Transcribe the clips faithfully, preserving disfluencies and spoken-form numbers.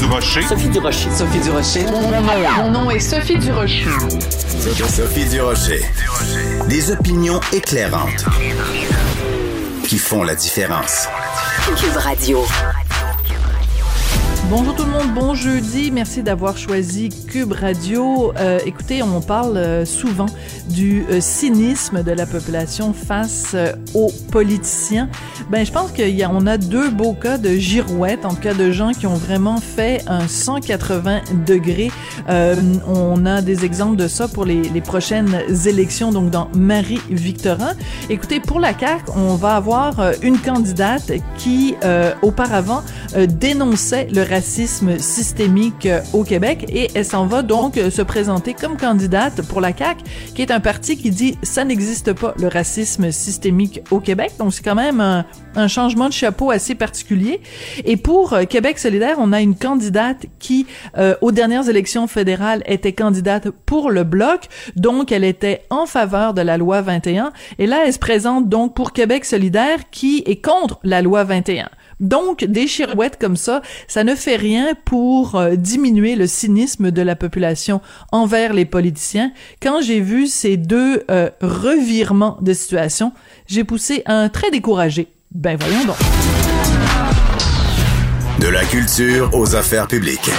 Durocher. Sophie Durocher. Sophie Durocher. Mon nom, mon nom est Sophie Durocher. Sophie Durocher. Des opinions éclairantes qui font la différence. Cube Radio. Bonjour tout le monde, bon jeudi, merci d'avoir choisi Cube Radio. Euh, écoutez, on parle euh, souvent du euh, cynisme de la population face euh, aux politiciens. Ben, je pense qu'on a, a deux beaux cas de girouettes, en tout cas de gens qui ont vraiment fait un cent quatre-vingts degrés. Euh, on a des exemples de ça pour les, les prochaines élections, donc dans Marie-Victorin. Écoutez, pour la C A Q, on va avoir euh, une candidate qui, euh, auparavant, euh, dénonçait le racisme systémique euh, au Québec et elle s'en va donc euh, se présenter comme candidate pour la C A Q, qui est un parti qui dit ça n'existe pas le racisme systémique au Québec. Donc c'est quand même un, un changement de chapeau assez particulier. Et pour euh, Québec solidaire, on a une candidate qui, euh, aux dernières élections fédérales, était candidate pour le Bloc, donc elle était en faveur de la loi vingt et un. Et là, elle se présente donc pour Québec solidaire qui est contre la loi vingt et un. Donc, des girouettes comme ça, ça ne fait rien pour euh, diminuer le cynisme de la population envers les politiciens. Quand j'ai vu ces deux euh, revirements de situation, j'ai poussé un trait découragé. Ben voyons donc. De la culture aux affaires publiques.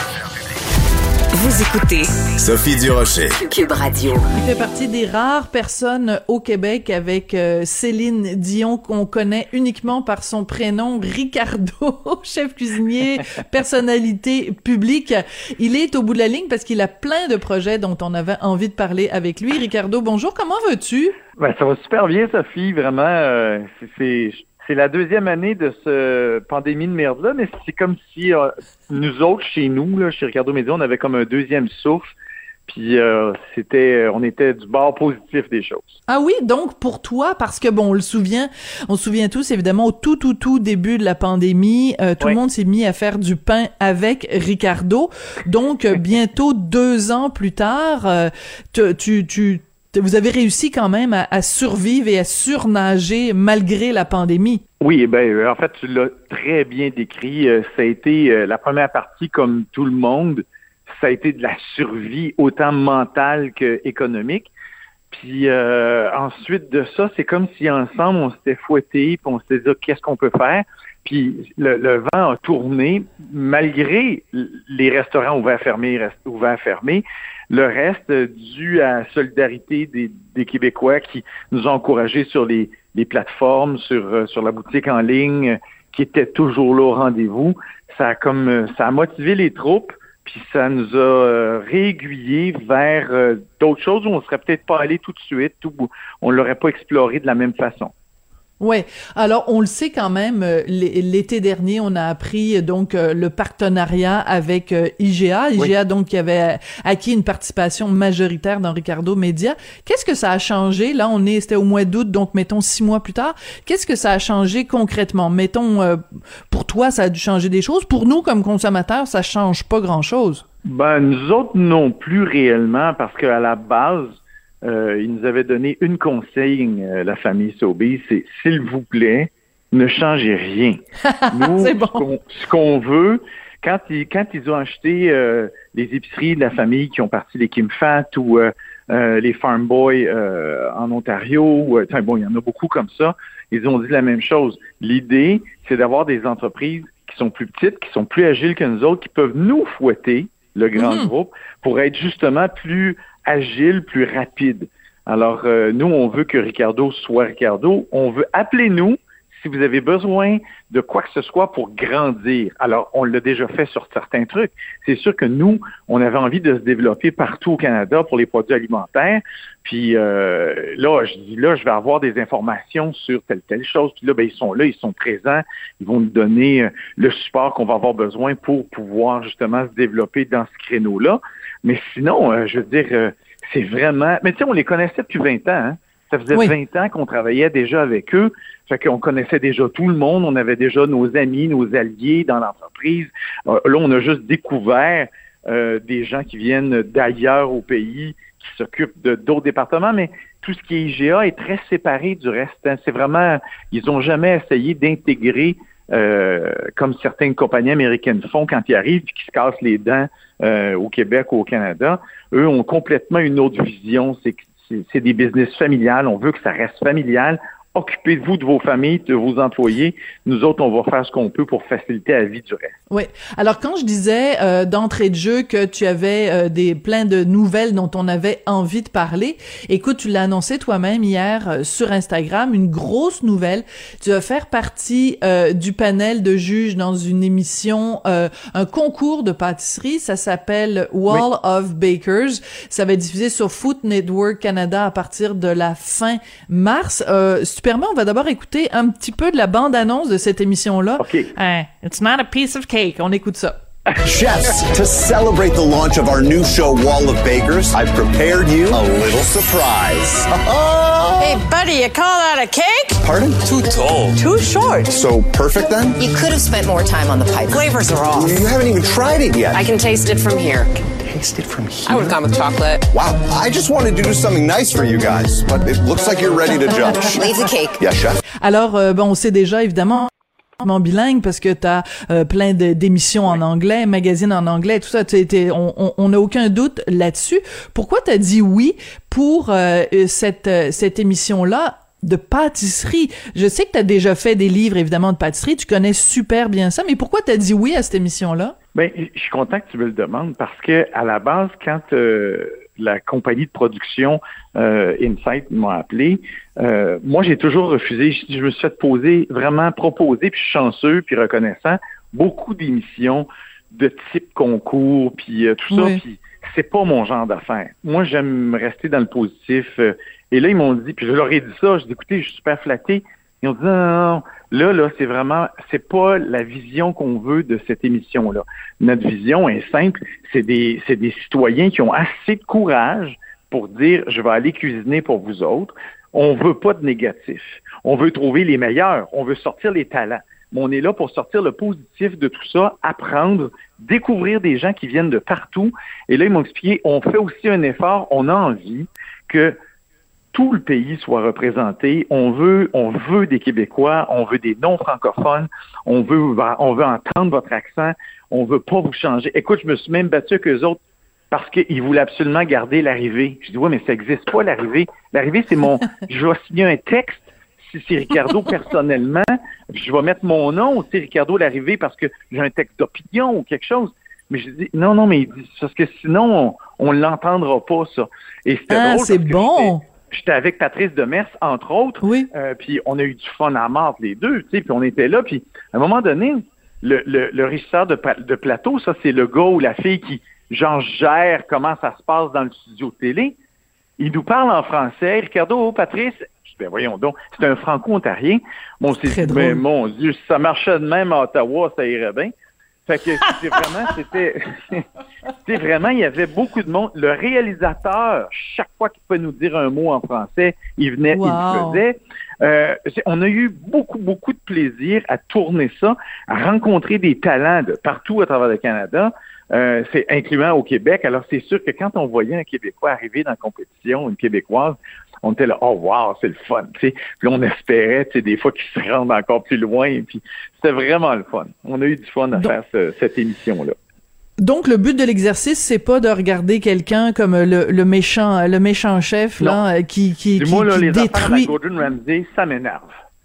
Vous écoutez Sophie Durocher. Cube Radio. Il fait partie des rares personnes au Québec avec euh, Céline Dion qu'on connaît uniquement par son prénom Ricardo, chef cuisinier, personnalité publique. Il est au bout de la ligne parce qu'il a plein de projets dont on avait envie de parler avec lui. Ricardo, bonjour, comment vas-tu? Ben, ça va super bien, Sophie, vraiment. Euh, c'est... c'est... C'est la deuxième année de ce pandémie de merde-là, mais c'est comme si euh, nous autres, chez nous, là, chez Ricardo Média, on avait comme un deuxième souffle, puis euh, c'était, on était du bord positif des choses. Ah oui, donc pour toi, parce que bon, on le souvient, on se souvient tous évidemment au tout, tout, tout début de la pandémie, euh, tout oui. le monde s'est mis à faire du pain avec Ricardo, donc euh, bientôt deux ans plus tard, euh, tu... tu, tu vous avez réussi quand même à, à survivre et à surnager malgré la pandémie. Oui, ben en fait, tu l'as très bien décrit. Euh, ça a été euh, la première partie, comme tout le monde, ça a été de la survie autant mentale qu'économique. Puis euh, ensuite de ça, c'est comme si ensemble, on s'était fouettés, puis on s'était dit « qu'est-ce qu'on peut faire ?» Puis le, le vent a tourné, malgré les restaurants ouverts fermés, ouverts fermés. Le reste, dû à la solidarité des, des Québécois qui nous ont encouragés sur les, les plateformes, sur, sur la boutique en ligne, qui était toujours là au rendez-vous, ça a comme ça a motivé les troupes, puis ça nous a euh, réaiguillés vers euh, d'autres choses où on serait peut-être pas allé tout de suite, où on l'aurait pas exploré de la même façon. Ouais. Alors, on le sait quand même, l'été dernier, on a appris donc le partenariat avec I G A. I G A, oui. donc, qui avait acquis une participation majoritaire dans Ricardo Média. Qu'est-ce que ça a changé? Là, on est, c'était au mois d'août, donc mettons six mois plus tard. Qu'est-ce que ça a changé concrètement? Mettons, euh, pour toi, ça a dû changer des choses. Pour nous, comme consommateurs, ça change pas grand-chose. Ben, nous autres non plus réellement, parce qu'à la base, Euh, il nous avait donné une consigne, euh, la famille Sobeys, c'est « s'il vous plaît, ne changez rien ». Nous, c'est bon. ce, qu'on, ce qu'on veut, quand ils, quand ils ont acheté euh, les épiceries de la famille qui ont parti les Kim Fat ou euh, euh, les Farm Boy euh, en Ontario, ou, euh, bon, il y en a beaucoup comme ça, ils ont dit la même chose. L'idée, c'est d'avoir des entreprises qui sont plus petites, qui sont plus agiles que nous autres, qui peuvent nous fouetter, le grand mmh. groupe, pour être justement plus agile, plus rapide. Alors, euh, nous, on veut que Ricardo soit Ricardo. On veut appeler nous si vous avez besoin de quoi que ce soit pour grandir. Alors, on l'a déjà fait sur certains trucs. C'est sûr que nous, on avait envie de se développer partout au Canada pour les produits alimentaires. Puis euh, là, je dis là, je vais avoir des informations sur telle, telle chose. Puis là, ben, ils sont là, ils sont présents. Ils vont nous donner euh, le support qu'on va avoir besoin pour pouvoir justement se développer dans ce créneau-là. Mais sinon, euh, je veux dire, euh, c'est vraiment... Mais tu sais, on les connaissait depuis vingt ans, hein? Ça faisait oui. vingt ans qu'on travaillait déjà avec eux. Fait qu'on connaissait déjà tout le monde. On avait déjà nos amis, nos alliés dans l'entreprise. Euh, là, on a juste découvert euh, des gens qui viennent d'ailleurs au pays, qui s'occupent de d'autres départements. Mais tout ce qui est I G A est très séparé du reste. Hein. C'est vraiment... Ils ont jamais essayé d'intégrer euh, comme certaines compagnies américaines font quand ils arrivent et qu'ils se cassent les dents euh, au Québec ou au Canada. Eux ont complètement une autre vision. C'est, c'est, c'est des business familiales. On veut que ça reste familial. Occupez-vous de vos familles, de vos employés. Nous autres, on va faire ce qu'on peut pour faciliter la vie du reste. Oui. Alors, quand je disais euh, d'entrée de jeu que tu avais euh, des plein de nouvelles dont on avait envie de parler, écoute, tu l'as annoncé toi-même hier euh, sur Instagram, une grosse nouvelle. Tu vas faire partie euh, du panel de juges dans une émission, euh, un concours de pâtisserie. Ça s'appelle Wall oui. of Bakers. Ça va être diffusé sur Food Network Canada à partir de la fin mars. Euh, si tu permets, on va d'abord écouter un petit peu de la bande-annonce de cette émission-là. OK. Hein, it's not a piece of cake. On écoute ça. Chefs, to celebrate the launch of our new show, Wall of Bakers, I've prepared you a little surprise. Hey, buddy, you call that a cake? Pardon? Too tall. Too short. So perfect then? You could have spent more time on the pipe. Flavors are off. You haven't even tried it yet. I can taste it from here. Taste it from here? I would have gone with chocolate. Wow, I just wanted to do something nice for you guys, but it looks like you're ready to judge. Leave the cake. Yeah, chef. Alors, euh, bon, on sait déjà, évidemment, bilingue parce que t'as euh, plein de, d'émissions en anglais, magazines en anglais, tout ça. T'es, t'es, on, on n'a aucun doute là-dessus. Pourquoi t'as dit oui pour euh, cette cette émission-là de pâtisserie? Je sais que t'as déjà fait des livres, évidemment, de pâtisserie. Tu connais super bien ça, mais pourquoi t'as dit oui à cette émission-là? Ben, je suis content que tu me le demandes parce que à la base, quand euh, la compagnie de production euh, Insight m'a appelé, euh, moi j'ai toujours refusé. Je, je me suis fait poser, vraiment proposer, puis je suis chanceux, puis reconnaissant, beaucoup d'émissions de type concours, puis euh, tout ça. Oui. Puis c'est pas mon genre d'affaires. Moi j'aime rester dans le positif. Euh, et là ils m'ont dit, puis je leur ai dit ça. Je dis écoutez, je suis super flatté. Ils ont dit non, non, non. Là, là, c'est vraiment, c'est pas la vision qu'on veut de cette émission-là. Notre vision est simple. C'est des, c'est des citoyens qui ont assez de courage pour dire, je vais aller cuisiner pour vous autres. On veut pas de négatif. On veut trouver les meilleurs. On veut sortir les talents. Mais on est là pour sortir le positif de tout ça, apprendre, découvrir des gens qui viennent de partout. Et là, ils m'ont expliqué, on fait aussi un effort. On a envie que tout le pays soit représenté. On veut, on veut des Québécois, on veut des non-francophones, on veut, on veut entendre votre accent, on veut pas vous changer. Écoute, je me suis même battu avec eux autres parce qu'ils voulaient absolument garder l'arrivée. Je dis, ouais, mais ça n'existe pas, l'arrivée. L'arrivée, c'est mon, je vais signer un texte, si c'est Ricardo personnellement, je vais mettre mon nom, c'est Ricardo l'arrivée parce que j'ai un texte d'opinion ou quelque chose. Mais je dis, non, non, mais il dit, parce que sinon, on, on l'entendra pas, ça. Et c'était ah, drôle. c'est bon! J'étais avec Patrice Demers, entre autres, oui. euh, puis on a eu du fun à mort, les deux, tu sais, puis on était là, puis à un moment donné, le, le, le régisseur de, de plateau, ça, c'est le gars ou la fille qui, genre, gère comment ça se passe dans le studio de télé. Il nous parle en français. Ricardo, Patrice, je dis, ben voyons donc, c'est un franco-ontarien. Bon, c'est dit, ben mon Dieu, si ça marchait de même à Ottawa, ça irait bien. Fait que c'est vraiment, c'était, c'était vraiment, il y avait beaucoup de monde. Le réalisateur, chaque fois qu'il pouvait nous dire un mot en français, il venait, wow. il le faisait. Euh, on a eu beaucoup, beaucoup de plaisir à tourner ça, à rencontrer des talents de partout à travers le Canada, euh, c'est incluant au Québec. Alors, c'est sûr que quand on voyait un Québécois arriver dans la compétition, une Québécoise, on était là, oh wow, c'est le fun, tu sais. Puis on espérait, tu sais, des fois qu'ils se rendent encore plus loin. Puis c'était vraiment le fun. On a eu du fun à donc, faire ce, cette émission-là. Donc le but de l'exercice, c'est pas de regarder quelqu'un comme le, le méchant, le méchant chef non. là, qui qui, qui, moi, là, qui les détruit. De Gordon Ramsay, ça m'énerve.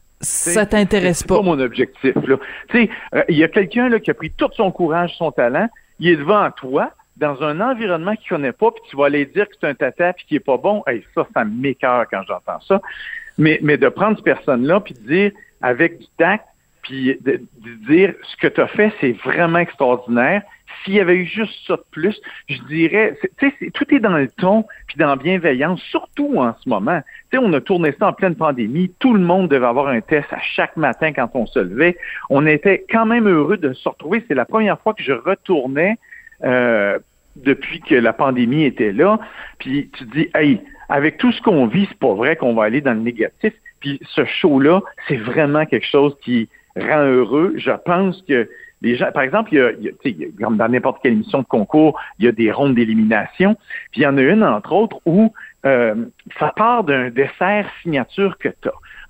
Ça t'intéresse c'est pas. C'est pas mon objectif là. Tu sais, il euh, y a quelqu'un là qui a pris tout son courage, son talent. Il est devant toi. Dans un environnement qu'il connaît pas, puis tu vas aller dire que c'est un tata puis qui est pas bon, hey, ça, ça m'écoeure quand j'entends ça. Mais, mais de prendre cette personne-là puis de dire avec du tact, puis de, de dire ce que tu as fait, c'est vraiment extraordinaire. S'il y avait eu juste ça de plus, je dirais, tu sais, tout est dans le ton puis dans la bienveillance, surtout en ce moment. Tu sais, on a tourné ça en pleine pandémie. Tout le monde devait avoir un test à chaque matin quand on se levait. On était quand même heureux de se retrouver. C'est la première fois que je retournais Euh, depuis que la pandémie était là, puis tu te dis, hey, avec tout ce qu'on vit, c'est pas vrai qu'on va aller dans le négatif, puis ce show-là, c'est vraiment quelque chose qui rend heureux. Je pense que les gens, par exemple, il y a, il y a, tu sais, comme dans n'importe quelle émission de concours, il y a des rondes d'élimination, puis il y en a une, entre autres, où euh, ça part d'un dessert signature que tu as.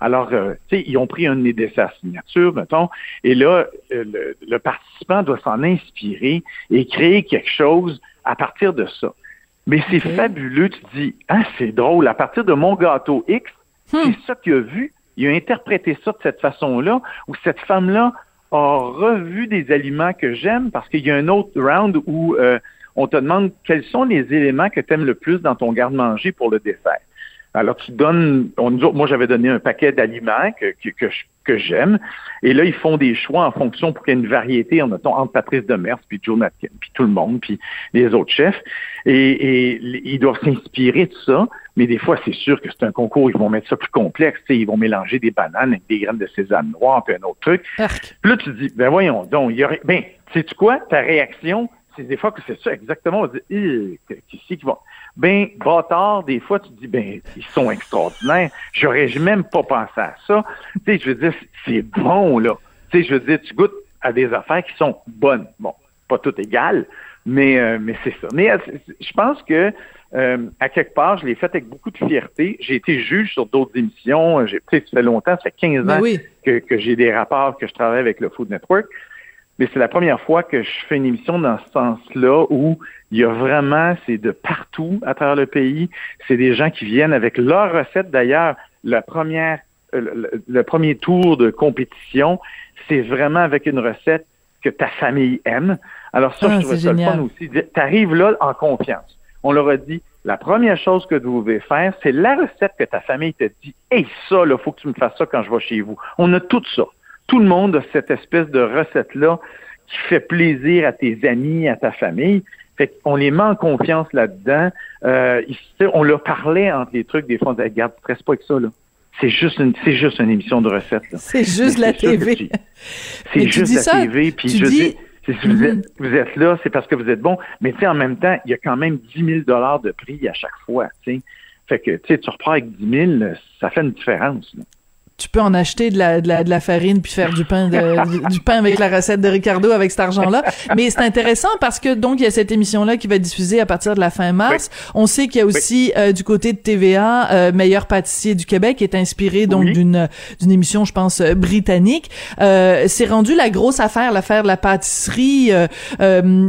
Alors, euh, tu sais, ils ont pris un des décès à signature, mettons, et là, le, le participant doit s'en inspirer et créer quelque chose à partir de ça. Mais c'est okay. fabuleux, tu te dis, ah, c'est drôle, à partir de mon gâteau X, hmm. c'est ça qu'il a vu, il a interprété ça de cette façon-là, où cette femme-là a revu des aliments que j'aime, parce qu'il y a un autre round où euh, on te demande quels sont les éléments que tu aimes le plus dans ton garde-manger pour le dessert. Alors, tu donnes, on, moi, j'avais donné un paquet d'aliments que, que, que, que j'aime, et là, ils font des choix en fonction pour qu'il y ait une variété, en mettons, entre Patrice Demers, puis Joe Natkin, puis tout le monde, puis les autres chefs, et, et ils doivent s'inspirer de ça, mais des fois, c'est sûr que c'est un concours, ils vont mettre ça plus complexe, tu sais, ils vont mélanger des bananes avec des graines de sésame noir, puis un autre truc. Arc. Puis là, tu te dis, ben voyons donc, il y aurait, ben, sais-tu quoi, ta réaction, c'est des fois que c'est ça exactement, on se dit, qui c'est qui va... Ben, bâtard, des fois, tu te dis, ben, ils sont extraordinaires. J'aurais même pas pensé à ça. Tu sais, je veux dire, c'est bon, là. Tu sais, je veux dire, tu goûtes à des affaires qui sont bonnes. Bon, pas toutes égales, mais, euh, mais c'est ça. Mais euh, je pense que, euh, à quelque part, je l'ai fait avec beaucoup de fierté. J'ai été juge sur d'autres émissions. J'ai, tu sais, ça fait longtemps, ça fait quinze ans oui. que, que j'ai des rapports, que je travaille avec le Food Network. Mais c'est la première fois que je fais une émission dans ce sens-là où il y a vraiment, c'est de partout à travers le pays. C'est des gens qui viennent avec leurs recettes. D'ailleurs, la première, le, le premier tour de compétition, c'est vraiment avec une recette que ta famille aime. Alors ça, ah, je trouve ça génial. Le fun aussi. Tu arrives là en confiance. On leur a dit, la première chose que vous devez faire, c'est la recette que ta famille te dit. Hey, ça, là, faut que tu me fasses ça quand je vais chez vous. On a tout ça. Tout le monde a cette espèce de recette-là qui fait plaisir à tes amis, à ta famille. Fait qu'on les met en confiance là-dedans. Euh, on leur parlait entre les trucs, des fois, on disait, regarde, ne stresse pas avec ça, là. C'est juste une, c'est juste une émission de recettes, là. C'est juste la T V. Tu, c'est juste la ça, T V, puis je dis... dis si vous, mm-hmm. êtes, vous êtes là, c'est parce que vous êtes bon. Mais tu sais, en même temps, il y a quand même dix mille dollars de prix à chaque fois, tu sais. Fait que, tu sais, tu repars avec dix mille, ça fait une différence, là. Tu peux en acheter de la, de la, de la farine puis faire du pain de, du pain avec la recette de Ricardo avec cet argent-là. Mais c'est intéressant parce que donc il y a cette émission-là qui va être diffusée à partir de la fin mars. Oui. On sait qu'il y a aussi oui. euh, du côté de T V A, euh, Meilleur pâtissier du Québec, qui est inspiré donc oui. d'une d'une émission, je pense, euh, britannique. Euh, c'est rendu la grosse affaire, l'affaire de la pâtisserie. Euh, euh,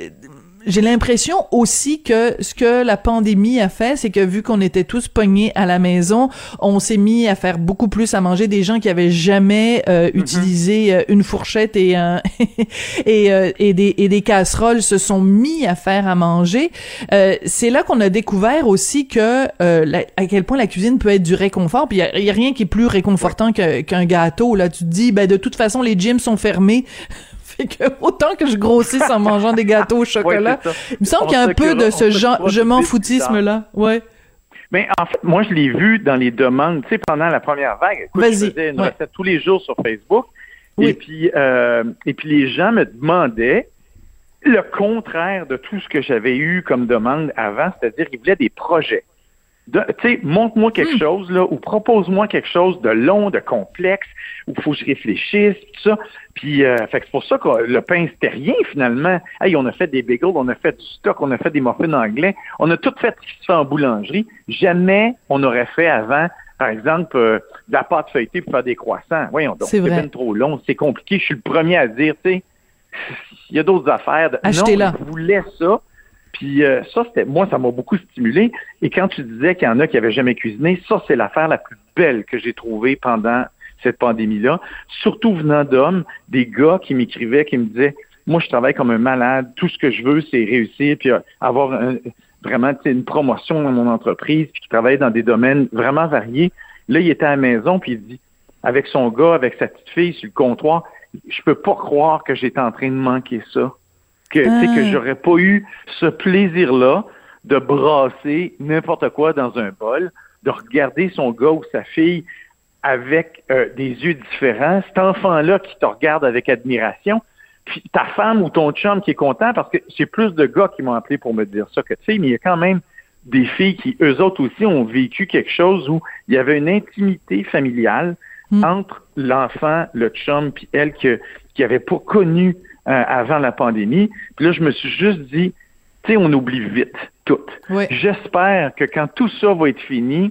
J'ai l'impression aussi que ce que la pandémie a fait, c'est que vu qu'on était tous pognés à la maison, on s'est mis à faire beaucoup plus à manger. Des gens qui avaient jamais euh, mm-hmm. utilisé euh, une fourchette et un et euh, et des et des casseroles se sont mis à faire à manger. Euh, c'est là qu'on a découvert aussi que euh, la, à quel point la cuisine peut être du réconfort. Puis il y a, y a rien qui est plus réconfortant que, qu'un gâteau. Là, tu te dis, ben de toute façon les gyms sont fermés. Fait que autant que je grossisse en mangeant des gâteaux au chocolat, ouais, il me semble on qu'il y a un peu de ce genre je m'en foutisme-là. Ouais. Mais en fait, moi, je l'ai vu dans les demandes, tu sais, pendant la première vague. Écoute, Vas-y. je faisais une ouais. recette tous les jours sur Facebook. Oui. Et puis, euh, et puis les gens me demandaient le contraire de tout ce que j'avais eu comme demande avant, c'est-à-dire qu'ils voulaient des projets. Tu sais, montre-moi quelque mmh. chose, là, ou propose-moi quelque chose de long, de complexe, où il faut que je réfléchisse, tout ça. Puis, euh, fait que c'est pour ça que le pain, c'était rien, finalement. Hey, on a fait des bagels, on a fait du stock, on a fait des muffins anglais, on a tout fait ce qui se fait en boulangerie. Jamais on aurait fait avant, par exemple, euh, de la pâte feuilletée pour faire des croissants. Voyons donc, c'est, c'est bien trop long, c'est compliqué. Je suis le premier à dire, tu sais, il y a d'autres affaires. De... Achetez-la. Non, je voulais ça. Puis euh, ça, c'était moi, ça m'a beaucoup stimulé. Et quand tu disais qu'il y en a qui n'avaient jamais cuisiné, ça, c'est l'affaire la plus belle que j'ai trouvée pendant cette pandémie-là. Surtout venant d'hommes, des gars qui m'écrivaient, qui me disaient, moi, je travaille comme un malade. Tout ce que je veux, c'est réussir, puis avoir un, vraiment une promotion dans mon entreprise, puis qui travaillait dans des domaines vraiment variés. Là, il était à la maison, puis il dit, avec son gars, avec sa petite fille sur le comptoir, je peux pas croire que j'étais en train de manquer ça. Que, ah. que j'aurais pas eu ce plaisir-là de brasser n'importe quoi dans un bol, de regarder son gars ou sa fille avec euh, des yeux différents, cet enfant-là qui te regarde avec admiration, puis ta femme ou ton chum qui est content, parce que c'est plus de gars qui m'ont appelé pour me dire ça que de filles, mais il y a quand même des filles qui, eux autres aussi, ont vécu quelque chose où il y avait une intimité familiale mm. entre l'enfant, le chum, puis elle, que, qui n'avait pas connu Euh, avant la pandémie. Puis là, je me suis juste dit, tu sais, on oublie vite tout. Oui. J'espère que quand tout ça va être fini,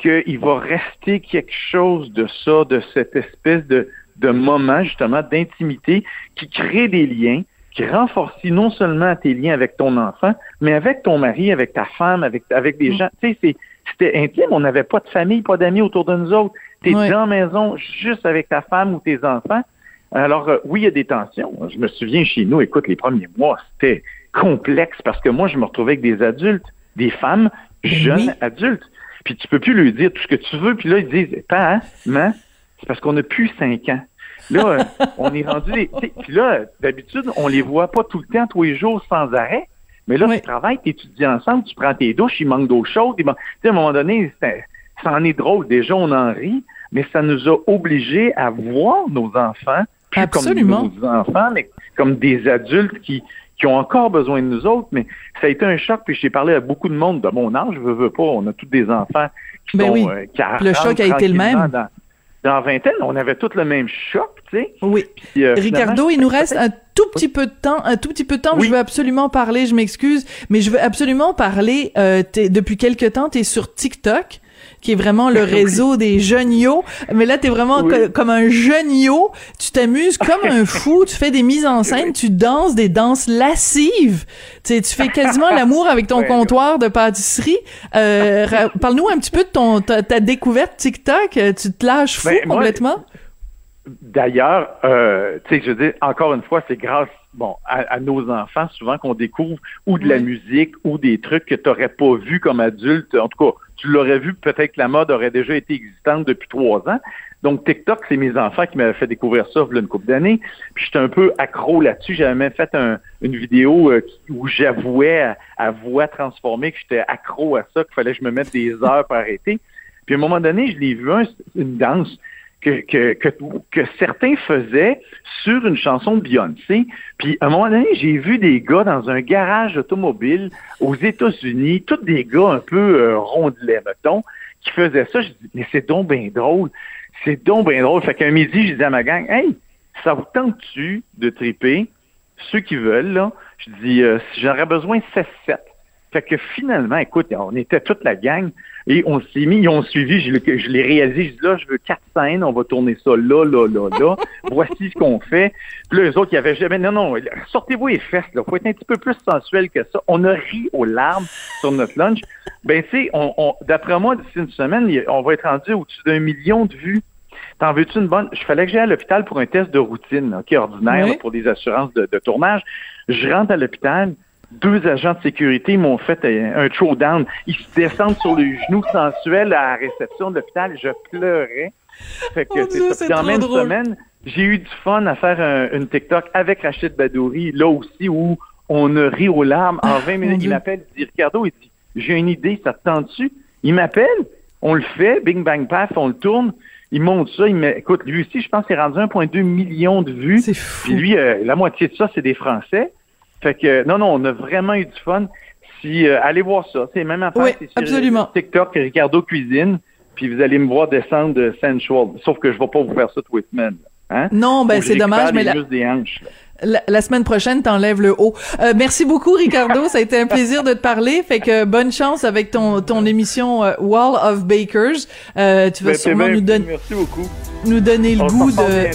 qu'il va rester quelque chose de ça, de cette espèce de, de moment, justement, d'intimité qui crée des liens, qui renforce non seulement tes liens avec ton enfant, mais avec ton mari, avec ta femme, avec, avec des gens. Tu sais, c'est, c'était intime. On n'avait pas de famille, pas d'amis autour de nous autres. T'es ouais. dans la maison juste avec ta femme ou tes enfants. Alors, euh, oui, il y a des tensions. Je me souviens chez nous, écoute, les premiers mois, c'était complexe parce que moi, je me retrouvais avec des adultes, des femmes jeunes oui. adultes. Puis tu peux plus lui dire tout ce que tu veux. Puis là, ils disent, « Pas, hein, man, c'est parce qu'on n'a plus cinq ans. » Là, euh, on est rendu... Des... Puis là, d'habitude, on les voit pas tout le temps, tous les jours, sans arrêt. Mais là, oui. tu travailles, tu étudies ensemble, tu prends tes douches, il manque d'eau chaude. Tu sais, à un moment donné, ça en est drôle. Déjà, on en rit, mais ça nous a obligés à voir nos enfants, plus Absolument. comme nos enfants, mais comme des adultes qui... qui ont encore besoin de nous autres, mais ça a été un choc, puis j'ai parlé à beaucoup de monde de mon âge, je veux, veux pas, on a tous des enfants qui ben sont oui. euh, quarante, le choc a été le même. Dans, dans la vingtaine, on avait tous le même choc, tu sais. Oui. Puis, euh, Ricardo, il nous reste un tout petit peu de temps, un tout petit peu de temps, oui. je veux absolument parler, je m'excuse, mais je veux absolument parler, euh, t'es, depuis quelque temps, t'es sur TikTok, qui est vraiment le réseau des jeunes-yo. Mais là, t'es vraiment oui. co- comme un jeune-yo. Tu t'amuses comme un fou. Tu fais des mises en scène. Oui. Tu danses des danses lascives. Tu sais, tu fais quasiment l'amour avec ton oui, comptoir oui. de pâtisserie. Euh, ra- parle-nous un petit peu de ton ta, ta découverte TikTok. Tu te lâches fou ben, complètement. Moi, d'ailleurs, euh, tu sais, je veux dire, encore une fois, c'est grâce bon à, à nos enfants souvent qu'on découvre ou de oui. la musique ou des trucs que t'aurais pas vu comme adulte. En tout cas, tu l'aurais vu, peut-être que la mode aurait déjà été existante depuis trois ans. Donc, TikTok, c'est mes enfants qui m'avaient fait découvrir ça il y a une couple d'années. Puis, j'étais un peu accro là-dessus. J'avais même fait un, une vidéo euh, où j'avouais à, à voix transformée que j'étais accro à ça, qu'il fallait que je me mette des heures pour arrêter. Puis, à un moment donné, je l'ai vu, un, une danse que, que, que, que certains faisaient sur une chanson de Beyoncé. Puis, à un moment donné, j'ai vu des gars dans un garage automobile aux États-Unis, tous des gars un peu euh, rondelets, mettons, qui faisaient ça. Je dis, mais c'est donc bien drôle. C'est donc bien drôle. Fait qu'un midi, je disais à ma gang, « Hey, ça vous tente-tu de triper? Ceux qui veulent, là. » Je dis, euh, « J'aurais besoin de seize sept. » Fait que finalement, écoute, on était toute la gang et on s'est mis, ils ont suivi, je, je l'ai réalisé, je dis là, je veux quatre scènes, on va tourner ça là, là, là, là. Voici ce qu'on fait. Puis là, eux autres, il y avait jamais, non, non, sortez-vous les fesses, là. Faut être un petit peu plus sensuel que ça. On a ri aux larmes sur notre lunch. Ben, tu sais, on, on, d'après moi, d'ici une semaine, on va être rendu au-dessus d'un million de vues. T'en veux-tu une bonne? Je fallait que j'aille à l'hôpital pour un test de routine, OK, ordinaire, oui. là, pour des assurances de, de tournage. Je rentre à l'hôpital. Deux agents de sécurité m'ont fait un, un throwdown. Ils se descendent sur les genoux sensuels à la réception de l'hôpital. Je pleurais. Fait que oh c'est Dieu, ça. c'est Puis dans la même drôle. semaine, j'ai eu du fun à faire un, une TikTok avec Rachid Badouri, là aussi, où on a ri aux larmes. En vingt minutes, il m'appelle, il dit, Ricardo, il dit, j'ai une idée, ça te tente-tu? Il m'appelle, on le fait, bing, bang, paf, on le tourne. Il monte ça, il met, écoute, lui aussi, je pense qu'il est rendu un virgule deux million de vues. C'est fou. Puis lui, euh, la moitié de ça, c'est des Français. Fait que, non, non, on a vraiment eu du fun. Si, euh, allez voir ça. C'est même affaire. Oui, c'est sur absolument. TikTok, Ricardo Cuisine, puis vous allez me voir descendre de Sensual. Sauf que je vais pas vous faire ça tous les semaines. Hein? Non, ben, c'est dommage, mais la... des hanches, La, la semaine prochaine, t'enlèves le haut. Euh, merci beaucoup, Ricardo. Ça a été un plaisir de te parler. Fait que bonne chance avec ton ton émission euh, Wall of Bakers. Euh, tu vas ben, sûrement ben, nous donner merci beaucoup. nous donner le On goût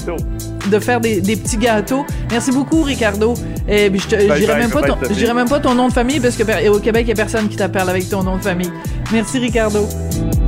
de de faire des, des petits gâteaux. Merci beaucoup, Ricardo. Et puis je te, bye, je dirais bye, même pas bye, ton, bye, je dirais même pas ton nom de famille parce que au Québec, il y a personne qui t'appelle avec ton nom de famille. Merci, Ricardo.